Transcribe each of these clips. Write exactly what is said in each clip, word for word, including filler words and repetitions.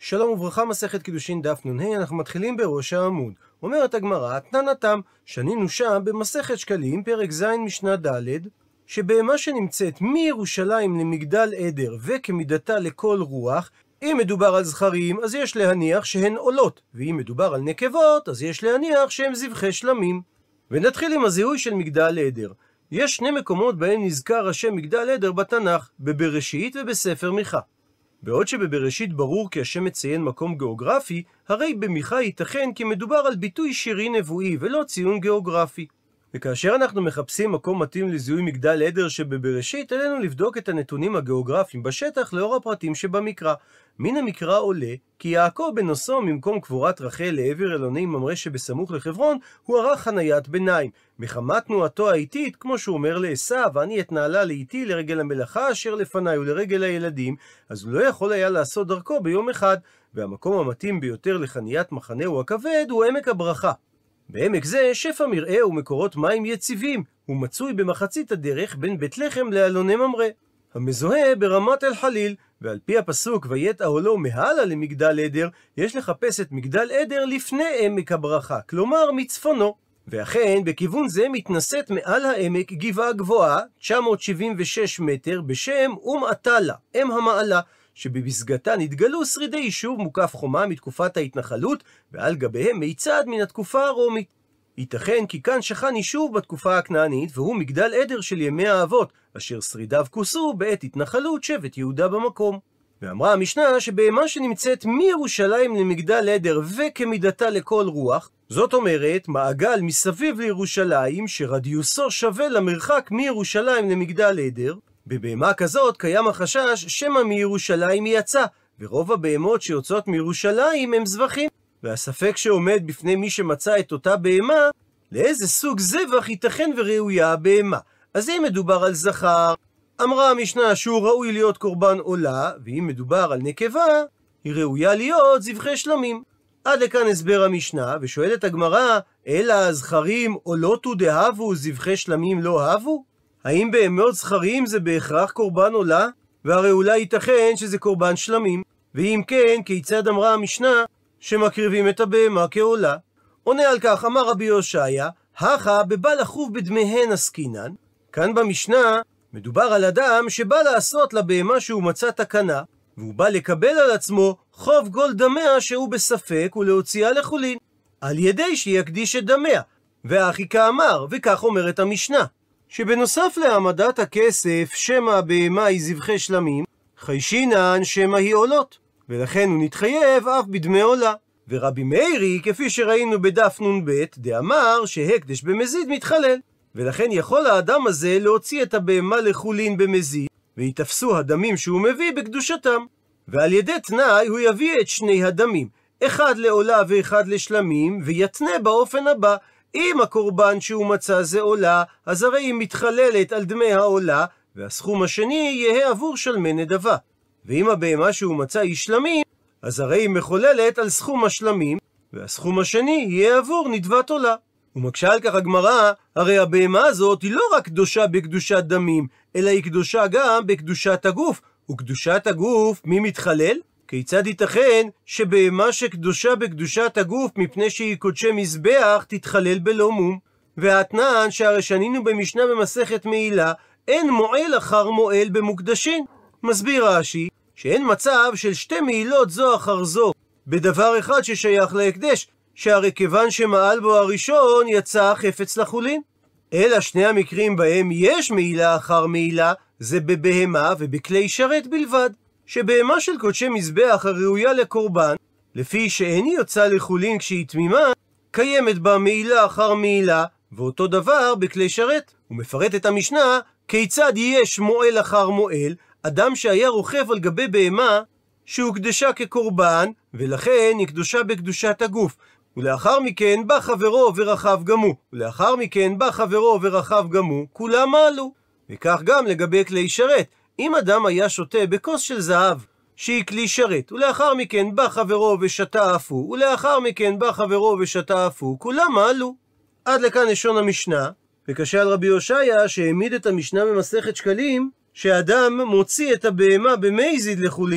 שלום וברכה, מסכת קידושין דף נ"ה, אנחנו מתחילים בראש העמוד. אומרת הגמרא, תנא תם, שנינו שם במסכת שקלים, פרק ז' משנה ד', שבהמה שנמצאת מירושלים למגדל עדר וכמידתה לכל רוח, אם מדובר על זכרים, אז יש להניח שהן עולות, ואם מדובר על נקבות, אז יש להניח שהן זבחי שלמים. ונתחיל עם הזיהוי של מגדל עדר. יש שני מקומות בהם נזכר השם מגדל עדר בתנ"ך, בבראשית ובספר מיכה. בעוד שבבראשית ברור כי השם מציין מקום גיאוגרפי, הרי במיכה ייתכן כי מדובר על ביטוי שירי נבואי ולא ציון גיאוגרפי. וכאשר אנחנו מחפשים מקום מתאים לזיהוי מגדל עדר שבבראשית, עלינו לבדוק את הנתונים הגיאוגרפיים בשטח לאור הפרטים שבמקרא. מן המקרא עולה כי יעקב בנוסעו ממקום קבורת רחל לעבר אלוני ממרא שבסמוך לחברון, הוא ערך חניית ביניים. מחמת תנועתו האיטית, כמו שהוא אומר לעשיו, ואני אתנעלה לאיטי לרגל המלאכה אשר לפניי ולרגל הילדים, אז הוא לא יכול היה לעשות דרכו ביום אחד, והמקום המתאים ביותר לחניית מחנהו הכבד הוא עמק הברכה. בעמק זה שפע מרעה ומקורות מים יציבים, הוא מצוי במחצית הדרך בין בית לחם לאלוני ממרא, המזוהה ברמת אל חליל, ועל פי הפסוק ויית אהלו מהלאה למגדל עדר, יש לחפש את מגדל עדר לפני עמק הברכה, כלומר מצפונו. ואכן בכיוון זה מתנשאת מעל העמק גבעה גבוהה, תשע מאות שבעים ושש מטר, בשם אום עטלה, אם המעלה, שבפסגתה נתגלו שרידי יישוב מוקף חומה מתקופת ההתנחלות, ועל גביהם מיצד מן התקופה הרומית. ייתכן כי כאן שכן יישוב בתקופה הכנענית, והוא מגדל עדר של ימי האבות, אשר שרידיו כוסו בעת התנחלות שבט יהודה במקום. ואמרה המשנה שבהמה שנמצאת מירושלים למגדל עדר וכמידתה לכל רוח, זאת אומרת מעגל מסביב לירושלים שרדיוסו שווה למרחק מירושלים למגדל עדר, בבהמה כזאת קיים החשש שמא מירושלים היא יצא, ורוב הבהמות שיוצאות מירושלים הם זבחים. והספק שעומד בפני מי שמצא את אותה בהמה, לאיזה סוג זבח ייתכן וראויה הבהמה. אז אם מדובר על זכר, אמרה המשנה שהוא ראוי להיות קורבן עולה, ואם מדובר על נקבה, היא ראויה להיות זבחי שלמים. עד לכאן הסבר המשנה, ושואלת הגמרא, אלא הזכרים עולותו דהבו זבחי שלמים לא הבו? האם בהמות זכרים זה בהכרח קורבן עולה? והרי אולי ייתכן שזה קורבן שלמים. ואם כן, כיצד אמרה המשנה שמקריבים את הבהמה כעולה? עונה על כך אמר רבי הושעיה, הכה בבא לחוב בדמיהן עסקינן. כאן במשנה מדובר על אדם שבא לעשות לבהמה שהוא מצא תקנה, והוא בא לקבל על עצמו חוב גול דמיה שהוא בספק ולהוציאה לחולין, על ידי שיקדיש את דמיה. והאחי כאמר, וכך אומרת המשנה, שבנוסף להעמדת הכסף שמא הבהמה היא זבחי שלמים, חיישינן שמא היא עולות, ולכן הוא נתחייב אף בדמי עולה. ורבי מאירי, כפי שראינו בדף נ"ב, דאמר שהקדש במזיד מתחלל, ולכן יכול האדם הזה להוציא את הבהמה לחולין במזיד, ויתפסו הדמים שהוא מביא בקדושתם, ועל ידי תנאי הוא יביא את שני הדמים, אחד לעולה ואחד לשלמים, ויתנה באופן הבא, אם הקורבן שהוא מצא זה עולה, אז הרי היא מתחללת על דמי העולה, והסכום השני יהיה עבור שלמי נדבה. ואם הבהמה שהוא מצא היא שלמים, אז הרי היא מחוללת על סכום השלמים, והסכום השני יהיה עבור נדבת עולה. ומקשה על כך הגמרא, הרי הבהמה הזאת היא לא רק קדושה בקדושת דמים, אלא היא קדושה גם בקדושת הגוף. וקדושת הגוף מי מתחלל? כיצד ייתכן שבהמה שקדושה בקדושת הגוף מפני שהיא קודשי מזבח תתחלל בלא מום? והאתנן שהרי שנינו במשנה במסכת מעילה, אין מועל אחר מועל במוקדשין. מסביר רש"י שאין מצב של שתי מעילות זו אחר זו בדבר אחד ששייך להקדש, שהרי כיוון שמעל בו הראשון יצא החפץ לחולין. אלא שני המקרים בהם יש מעילה אחר מעילה זה בבהמה ובכלי שרת בלבד, שבהמה של קודשי מזבח הראויה לקורבן, לפי שאיני יוצא לחולין כשהיא תמימה, קיימת בה מעילה אחר מעילה, ואותו דבר בכלי שרת. הוא מפרט את המשנה כיצד יש מועל אחר מועל, אדם שהיה רוכב על גבי בהמה שהוקדשה כקורבן, ולכן היא קדושה בקדושת הגוף, ולאחר מכן בא חברו ורחב גם הוא, ולאחר מכן בא חברו ורחב גם הוא, כולם מעלו. וכך גם לגבי כלי שרת, אם אדם היה שותה בכוס של זהב שהיא כלי שרת, ולאחר מכן בא חברו ושתה אף הוא, ולאחר מכן בא חברו ושתה אף הוא, כולם מעלו. עד לכאן לשון המשנה. וקשה על רבי הושעיה שהעמיד את המשנה במסכת שקלים, שאדם מוציא את הבהמה במזיד לחולין,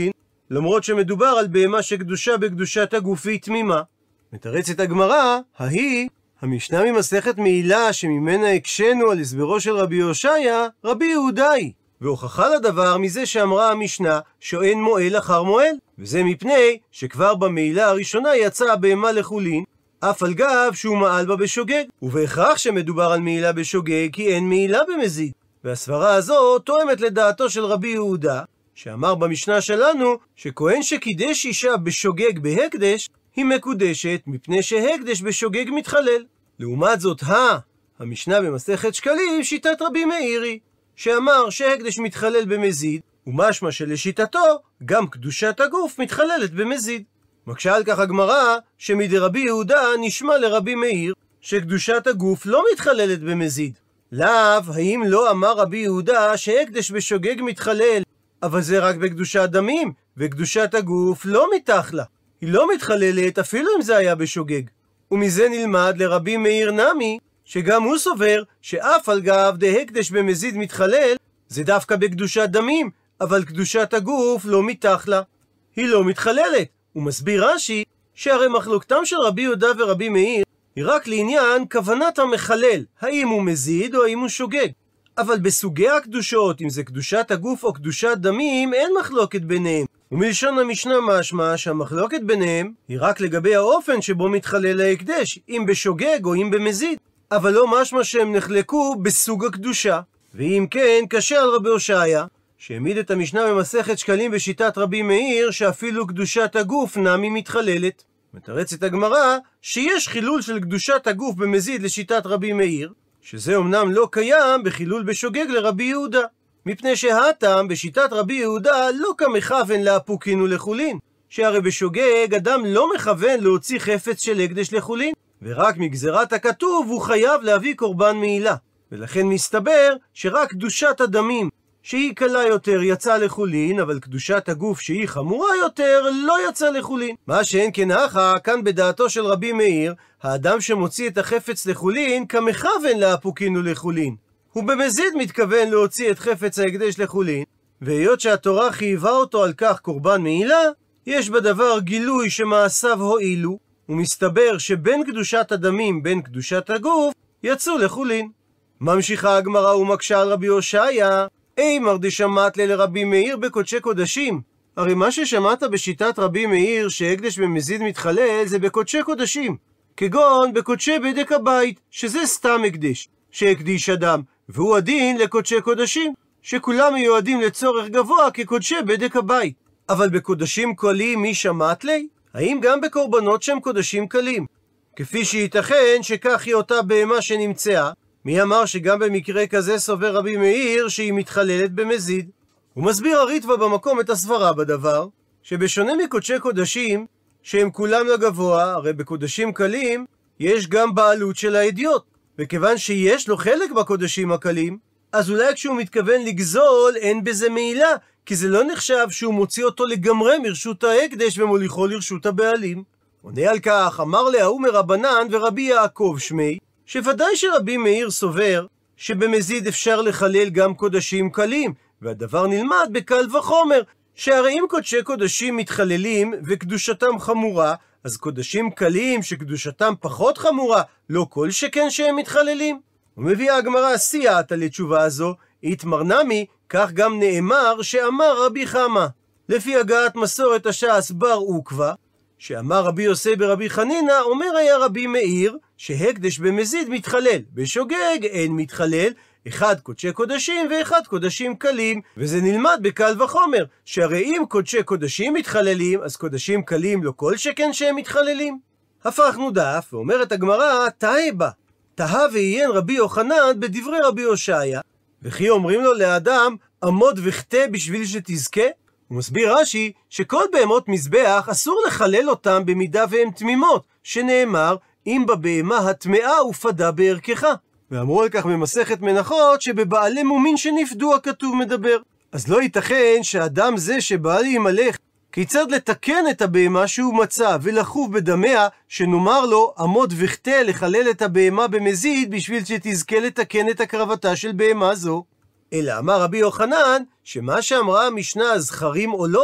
למרות שמדובר על בהמה שקדושה בקדושת הגוף והיא תמימה. מתרצת הגמרא, ההיא, המשנה ממסכת מעילה שממנה הקשנו על הסברו של רבי הושעיה, רבי יהודה היא. והוכחה לדבר מזה שאמרה המשנה שאין מועל אחר מועל, וזה מפני שכבר במעילה הראשונה יצאה הבהמה לחולין, אף על גב שהוא מעל בה בשוגג, ובהכרח שמדובר על מעילה בשוגג כי אין מעילה במזיד. והסברה הזו תואמת לדעתו של רבי יהודה, שאמר במשנה שלנו שכהן שקידש אישה בשוגג בהקדש, היא מקודשת מפני שהקדש בשוגג מתחלל. לעומת זאת, ה, המשנה במסכת שקלים, שיטת רבי מאירי, שאמר שהקדש מתחלל במזיד, ומשמע שלשיטתו גם קדושת הגוף מתחללת במזיד. מקשה על כך הגמרא שמדרבי יהודה נשמע לרבי מאיר שקדושת הגוף לא מתחללת במזיד. לאו, האם לא אמר רבי יהודה שהקדש בשוגג מתחלל, אבל זה רק בקדושת דמים, וקדושת הגוף לא מתחלה. היא לא מתחללת אפילו אם זה היה בשוגג. ומזה נלמד לרבי מאיר נמי, שגם הוא סובר שאף על גב דהקדש במזיד מתחלל, זה דווקא בקדושת דמים, אבל קדושת הגוף לא מתחלה. היא לא מתחללת. הוא מסביר רש"י שהרי מחלוקתם של רבי יהודה ורבי מאיר היא רק לעניין כוונת המחלל, האם הוא מזיד או האם הוא שוגג. אבל בסוגי הקדושות, אם זה קדושת הגוף או קדושת דמים, אין מחלוקת ביניהם. ומלשון המשנה משמע שהמחלוקת ביניהם היא רק לגבי האופן שבו מתחלל ההקדש, אם בשוגג או אם במזיד, אבל לא משמע שהם נחלקו בסוג הקדושה. ואם כן, קשה על רבי הושעיה, שהעמיד את המשנה במסכת שקלים בשיטת רבי מאיר, שאפילו קדושת הגוף נמי מתחללת. מתרצת הגמרא שיש חילול של קדושת הגוף במזיד לשיטת רבי מאיר, שזה אמנם לא קיים בחילול בשוגג לרבי יהודה, מפני שהטעם בשיטת רבי יהודה לא כמכוון לאפוקין ולחולין, שהרי בשוגג אדם לא מכוון להוציא חפץ של הקדש לחולין, ורק מגזרת הכתוב הוא חייב להביא קורבן מעילה. ולכן מסתבר שרק קדושת הדמים שהיא קלה יותר יצא לחולין, אבל קדושת הגוף שהיא חמורה יותר לא יצא לחולין. מה שאין כן הכה, כאן בדעתו של רבי מאיר, האדם שמוציא את החפץ לחולין כמכוון לאפוקין ולחולין. הוא במזיד מתכוון להוציא את חפץ ההקדש לחולין, והיות שהתורה חייבה אותו על כך קורבן מעילה, יש בדבר גילוי שמעשיו הועילו, ומסתבר שבין קדושת הדמים בין קדושת הגוף יצאו לחולין. ממשיכה הגמרא ומקשה על רבי הושעיה, אימר דשמעת לרבי מאיר בקודשי קודשים. הרי מה ששמעת בשיטת רבי מאיר שהקדש במזיד מתחלל זה בקודשי קודשים, כגון בקודשי בדק הבית, שזה סתם הקדש שהקדיש אדם, והוא הדין לקודשי קודשים, שכולם מיועדים לצורך גבוה כקודשי בדק הבית. אבל בקודשים קלים מי שמעת לי? האם גם בקורבנות שהם קודשים קלים? כפי שייתכן שכך היא אותה בהמה שנמצאה, מי אמר שגם במקרה כזה סובר רבי מאיר שהיא מתחללת במזיד? הוא מסביר הריטב"א במקום את הסברה בדבר, שבשונה מקודשי קודשים, שהם כולם לגבוה, הרי בקודשים קלים יש גם בעלות של האדיוט, וכיוון שיש לו חלק בקודשים הקלים, אז אולי כשהוא מתכוון לגזול אין בזה מעילה, כי זה לא נחשב שהוא מוציא אותו לגמרי מרשות ההקדש ומוליכו לרשות הבעלים. עונה על כך, אמר להוא מרבנן ורבי יעקב שמי, שוודאי שרבי מאיר סובר שבמזיד אפשר לחלל גם קודשים קלים, והדבר נלמד בקל וחומר, שהרי אם קודשי קודשים מתחללים וקדושתם חמורה, אז קודשים קלים שקדושתם פחות חמורה, לא כל שכן שהם מתחללים. ומביאה הגמרא סייעתא לתשובה הזו, איתמר נמי, כך גם נאמר שאמר רבי חמא. לפי הגעת מסורת הש"ס בר עוקבא, שאמר רבי יוסי ברבי חנינא, אומר היה רבי מאיר שהקדש במזיד מתחלל, בשוגג אין מתחלל, אחד קודשי קודשים ואחד קודשים קלים, וזה נלמד בקל וחומר, שהרי אם קודשי קודשים מתחללים, אז קודשים קלים לא כל שכן שהם מתחללים. הפכנו דף, ואומרת הגמרא, תהה בה, תהה ועיין רבי יוחנן בדברי רבי הושעיה, וכי אומרים לו לאדם, עמוד וחטא בשביל שתזכה? הוא מסביר רש"י שכל בהמות מזבח אסור לחלל אותם במידה והן תמימות, שנאמר, אם בבהמה הטמאה ופדה בערכך. ואמרו על כך במסכת מנחות שבבעלי מומין שנפדו הכתוב מדבר. אז לא ייתכן שאדם זה שבא להימלך, כיצד לתקן את הבהמה שהוא מצא ולחוב בדמיה, שנאמר לו עמוד וחטא לחלל את הבהמה במזיד בשביל שתזכה לתקן את הקרבתה של בהמה זו. אלא אמר רבי יוחנן שמה שאמרה המשנה זכרים עולות,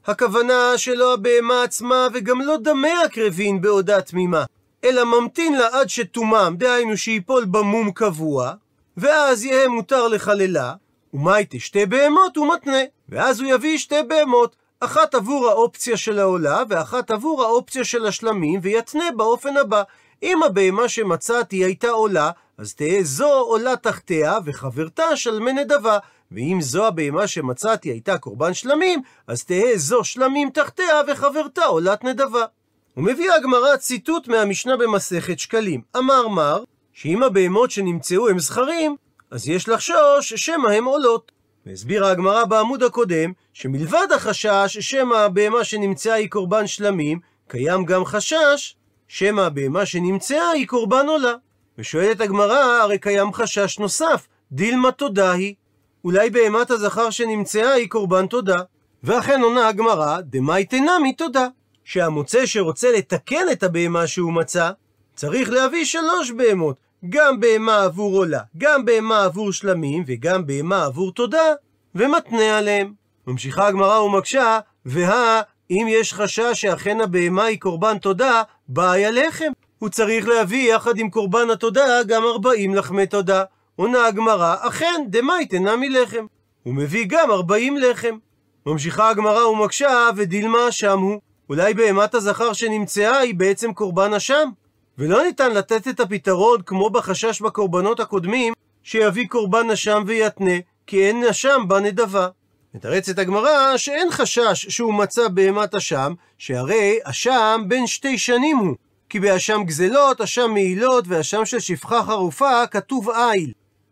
הכוונה שלא הבהמה עצמה וגם לא דמי הקרבין בעודה תמימה, אלא ממתין לה עד שתומם, דהיינו שיפול במום קבוע, ואז יהיה מותר לחללה. ומייטה שתי בהמות הוא מתנה, ואז הוא יביא שתי בהמות, אחת עבור האופציה של העולה ואחת עבור האופציה של השלמים, ויתנה באופן הבא: אם הבהמה שמצאתי הייתה עולה, אז תהיה זו עולה תחתיה וחברתה שלמי נדבה, ואם זו הבהמה שמצאתי הייתה קורבן שלמים, אז תהיה זו שלמים תחתיה וחברתה עולת נדבה. ומביאה הגמרא ציטוט מהמשנה במסכת שקלים. אמר מר, שאם הבהמות שנמצאו הם זכרים, אז יש לחשוש שמא הם עולות. והסבירה הגמרא בעמוד הקודם, שמלבד החשש שמא הבהמה שנמצאה היא קורבן שלמים, קיים גם חשש שמא הבהמה שנמצאה היא קורבן עולה. ושואלת הגמרא, הרי קיים חשש נוסף, דילמה תודה היא, אולי בהמת הזכר שנמצאה היא קורבן תודה. ואכן עונה הגמרא, דמייטה נמי תודה, שהמוצא שרוצה לתקן את הבהמה שהוא מצא, צריך להביא שלוש בהמות, גם בהמה עבור עולה, גם בהמה עבור שלמים, וגם בהמה עבור תודה, ומתנה עליהם. ממשיכה הגמרא ומקשה, והא, אם יש חשש שאכן הבהמה היא קורבן תודה, באי הלחם. הוא צריך להביא יחד עם קורבן התודה גם ארבעים לחמי תודה. עונה הגמרא, אכן, דמייטה נמי לחם. הוא מביא גם ארבעים לחם. ממשיכה הגמרא ומקשה, ודילמה אשם הוא. אולי בהמת הזכר שנמצאה היא בעצם קורבן אשם? ולא ניתן לתת את הפתרון כמו בחשש בקורבנות הקודמים, שיביא קורבן אשם ויתנה, כי אין אשם בנדבה. מתרצת הגמרא שאין חשש שהוא מצא בהמת אשם, שהרי אשם בין שתי שנים הוא. כי באשם גזלות, אשם מעילות ואשם של שפחה חרופה כתוב איל.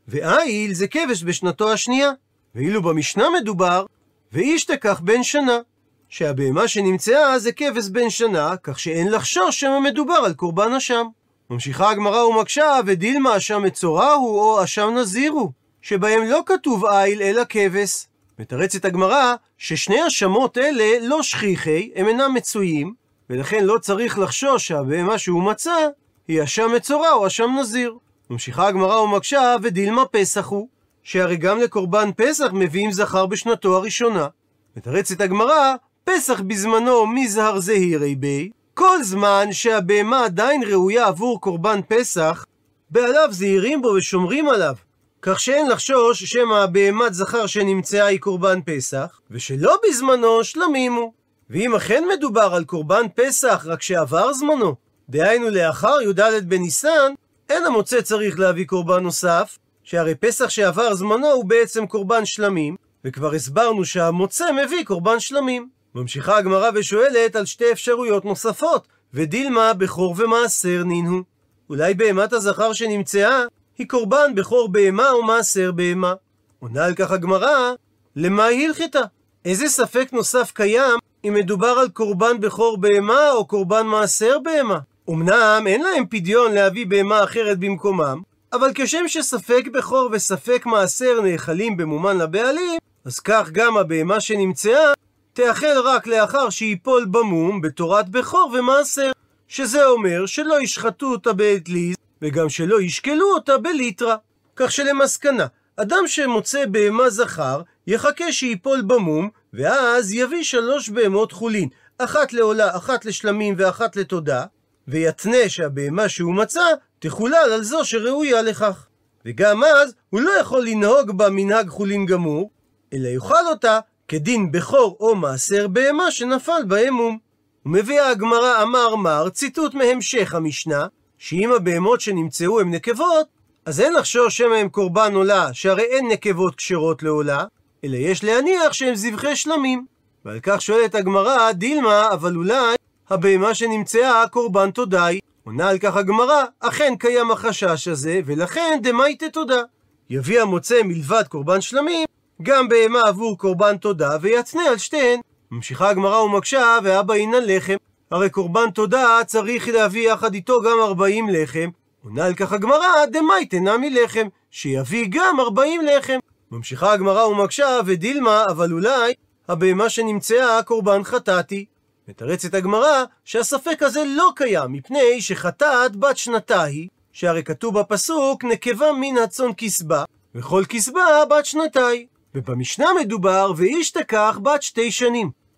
ואיל זה כבש בשנתו השנייה. ואילו במשנה מדובר, ואיש תקח בן שנה. שהבהמה שנמצאה זה כבש בן שנה, כך שאין לחשוש שמא מדובר על קורבן אשם. ממשיכה הגמרא ומקשה, ודילמה אשם מצורע הוא או אשם נזיר הוא, שבהם לא כתוב איל אלא כבש. מתרצת הגמרא ששני השמות אלה לא שכיחי, הם אינם מצויים, ולכן לא צריך לחשוש שהבהמה שהוא מצא היא אשם מצורע או אשם נזיר. ממשיכה הגמרא ומקשה, ודילמה פסח הוא, שהרי גם לקורבן פסח מביאים זכר בשנתו הראשונה. מתרצת הגמרא, פסח בזמנו מזהר זהירי בי, כל זמן שהבהמה עדיין ראויה עבור קורבן פסח, בעליו זהירים בו ושומרים עליו, כך שאין לחשוש שמא הבהמת זכר שנמצאה היא קורבן פסח, ושלא בזמנו שלמים הוא. ואם אכן מדובר על קורבן פסח רק שעבר זמנו, דהיינו לאחר י"ד בניסן, אין המוצא צריך להביא קורבן נוסף, שהרי פסח שעבר זמנו הוא בעצם קורבן שלמים, וכבר הסברנו שהמוצא מביא קורבן שלמים. ממשיכה הגמרא ושואלת על שתי אפשרויות נוספות, ודילמה בכור ומעשר נינו. אולי בהמת הזכר שנמצאה היא קורבן בכור בהמה או מעשר בהמה. עונה על כך הגמרא, למה היא הלכתה? איזה ספק נוסף קיים אם מדובר על קורבן בכור בהמה או קורבן מעשר בהמה? אמנם אין להם פדיון להביא בהמה אחרת במקומם, אבל כשם שספק בכור וספק מעשר נאכלים במומן לבעלים, אז כך גם הבהמה שנמצאה תאכל רק לאחר שיפול במום בתורת בכור ומעשר, שזה אומר שלא ישחטו אותה באטליז וגם שלא ישקלו אותה בליטרה. כך שלמסקנה, אדם שמוצא בהמה זכר יחכה שיפול במום, ואז יביא שלוש בהמות חולין, אחת לעולה, אחת לשלמים ואחת לתודה, ויתנה שהבהמה שהוא מצא תחולל על זו שראויה לכך. וגם אז הוא לא יכול לנהוג בה מנהג חולין גמור, אלא יאכל אותה כדין בכור או מעשר בהמה שנפל בהמום. ומביאה הגמרא אמר מר, ציטוט מהמשך המשנה, שאם הבהמות שנמצאו הם נקבות, אז אין לחשוש שמא הם קורבן עולה, שהרי אין נקבות כשרות לעולה, אלא יש להניח שהם זבחי שלמים. ועל כך שואלת הגמרא, דילמה, אבל אולי הבהמה שנמצאה קורבן תודאי. עונה על כך הגמרא, אכן קיים החשש הזה, ולכן דמייטה תודה. יביא המוצא מלבד קורבן שלמים גם בהמה עבור קורבן תודה, ויתנה על שתיהן. ממשיכה הגמרא ומקשה, ואבא אינן לחם, הרי קורבן תודה צריך להביא יחד איתו גם ארבעים לחם. עונה על כך הגמרא, דמייטה נמי לחם, שיביא גם ארבעים לחם. ממשיכה הגמרא ומקשה, ודילמה, אבל אולי הבהמה שנמצאה קורבן חטאתי. מתרצת הגמרא שהספק הזה לא קיים, מפני שחטאת בת שנתה היא, שהרי כתוב בפסוק נקבה מן הצאן כסבה, וכל כסבה בת שנתיים. ובמשנה מדובר ואיש תקח בת שתי שנים,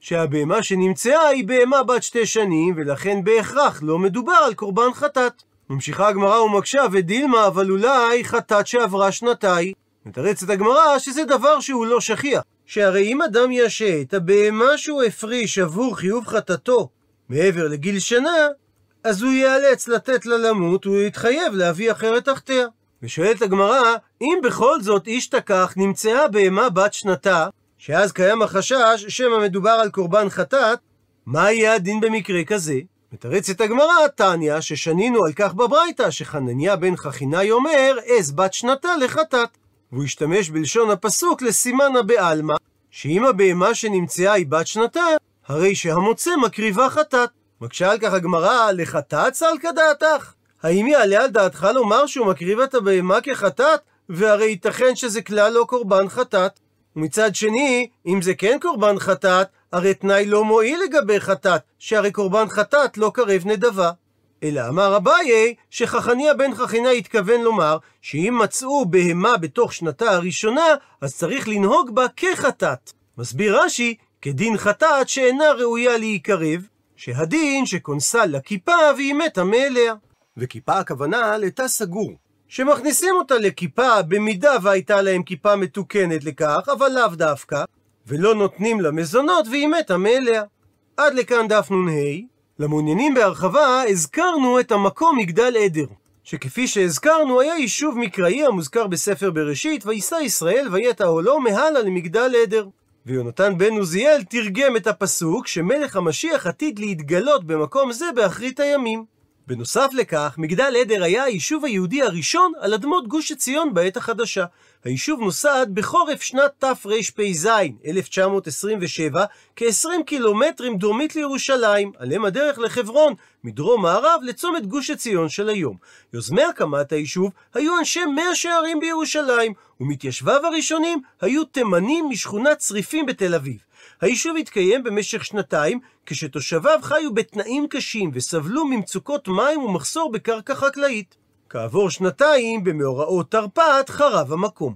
שהבהמה שנמצאה היא בהמה בת שתי שנים, ולכן בהכרח לא מדובר על קורבן חטאת. ממשיכה הגמרא ומקשה, ודילמה, אבל אולי חטאת שעברה שנתיים. מתרצת הגמרא שזה דבר שהוא לא שכיח, שהרי אם אדם ישעה את הבהמה שהוא הפריש עבור חיוב חטאתו מעבר לגיל שנה, אז הוא ייאלץ לתת לה למות, הוא יתחייב להביא אחרת תחתיה. ושואלת הגמרא, אם בכל זאת איש תקח נמצאה בהמה בת שנתה, שאז קיים החשש שמא מדובר על קורבן חטאת, מה יהיה הדין במקרה כזה? מתרצת הגמרא, תניא, ששנינו על כך בברייתא, שחנניה בן חכינאי אומר, עז בת שנתה לחטאת. והוא השתמש בלשון הפסוק לסימנה בעלמא, שאם הבהמה שנמצאה היא בת שנתה, הרי שהמוצא מקריבה חטאת. מקשה על כך הגמרא, לחטאת סלקא דעתך? האם יעלה על דעתך לומר שהוא מקריב את הבהמה כחטאת, והרי ייתכן שזה כלל לא קורבן חטאת? ומצד שני, אם זה כן קורבן חטאת, הרי תנאי לא מועיל לגבי חטאת, שהרי קורבן חטאת לא קרב נדבה. אלא אמר אביי, שחכניה בן חכינאי התכוון לומר, שאם מצאו בהמה בתוך שנתה הראשונה, אז צריך לנהוג בה כחטאת. מסביר רש"י, כדין חטאת שאינה ראויה להיקרב, שהדין שכונסה לכיפה והיא מתה מאליה. וכיפה הכוונה לתא סגור, שמכניסים אותה לכיפה במידה והייתה להם כיפה מתוקנת לכך, אבל לאו דווקא, ולא נותנים לה מזונות והיא מתה מאליה. עד לכאן דף נ"ה. למעוניינים בהרחבה הזכרנו את המקום מגדל עדר, שכפי שהזכרנו היה יישוב מקראי המוזכר בספר בראשית, וייסע ישראל ויט העולו מהלאה למגדל עדר. ויונתן בן עוזיאל תרגם את הפסוק שמלך המשיח עתיד להתגלות במקום זה באחרית הימים. בנוסף לכך, מגדל עדר היה היישוב היהודי הראשון על אדמות גוש עציון בעת החדשה. היישוב נוסד בחורף שנת תרפ"ז, אלף תשע מאות עשרים ושבע, כ-עשרים קילומטרים דרומית לירושלים, על אם הדרך לחברון, מדרום מערב לצומת גוש עציון של היום. יוזמי הקמת היישוב היו אנשי מאה שערים בירושלים, ומתיישביו הראשונים היו תימנים משכונת צריפים בתל אביב. היישוב התקיים במשך שנתיים, כשתושביו חיו בתנאים קשים וסבלו ממצוקות מים ומחסור בקרקע חקלאית. כעבור שנתיים, במאורעות תרפ"ט, חרב המקום.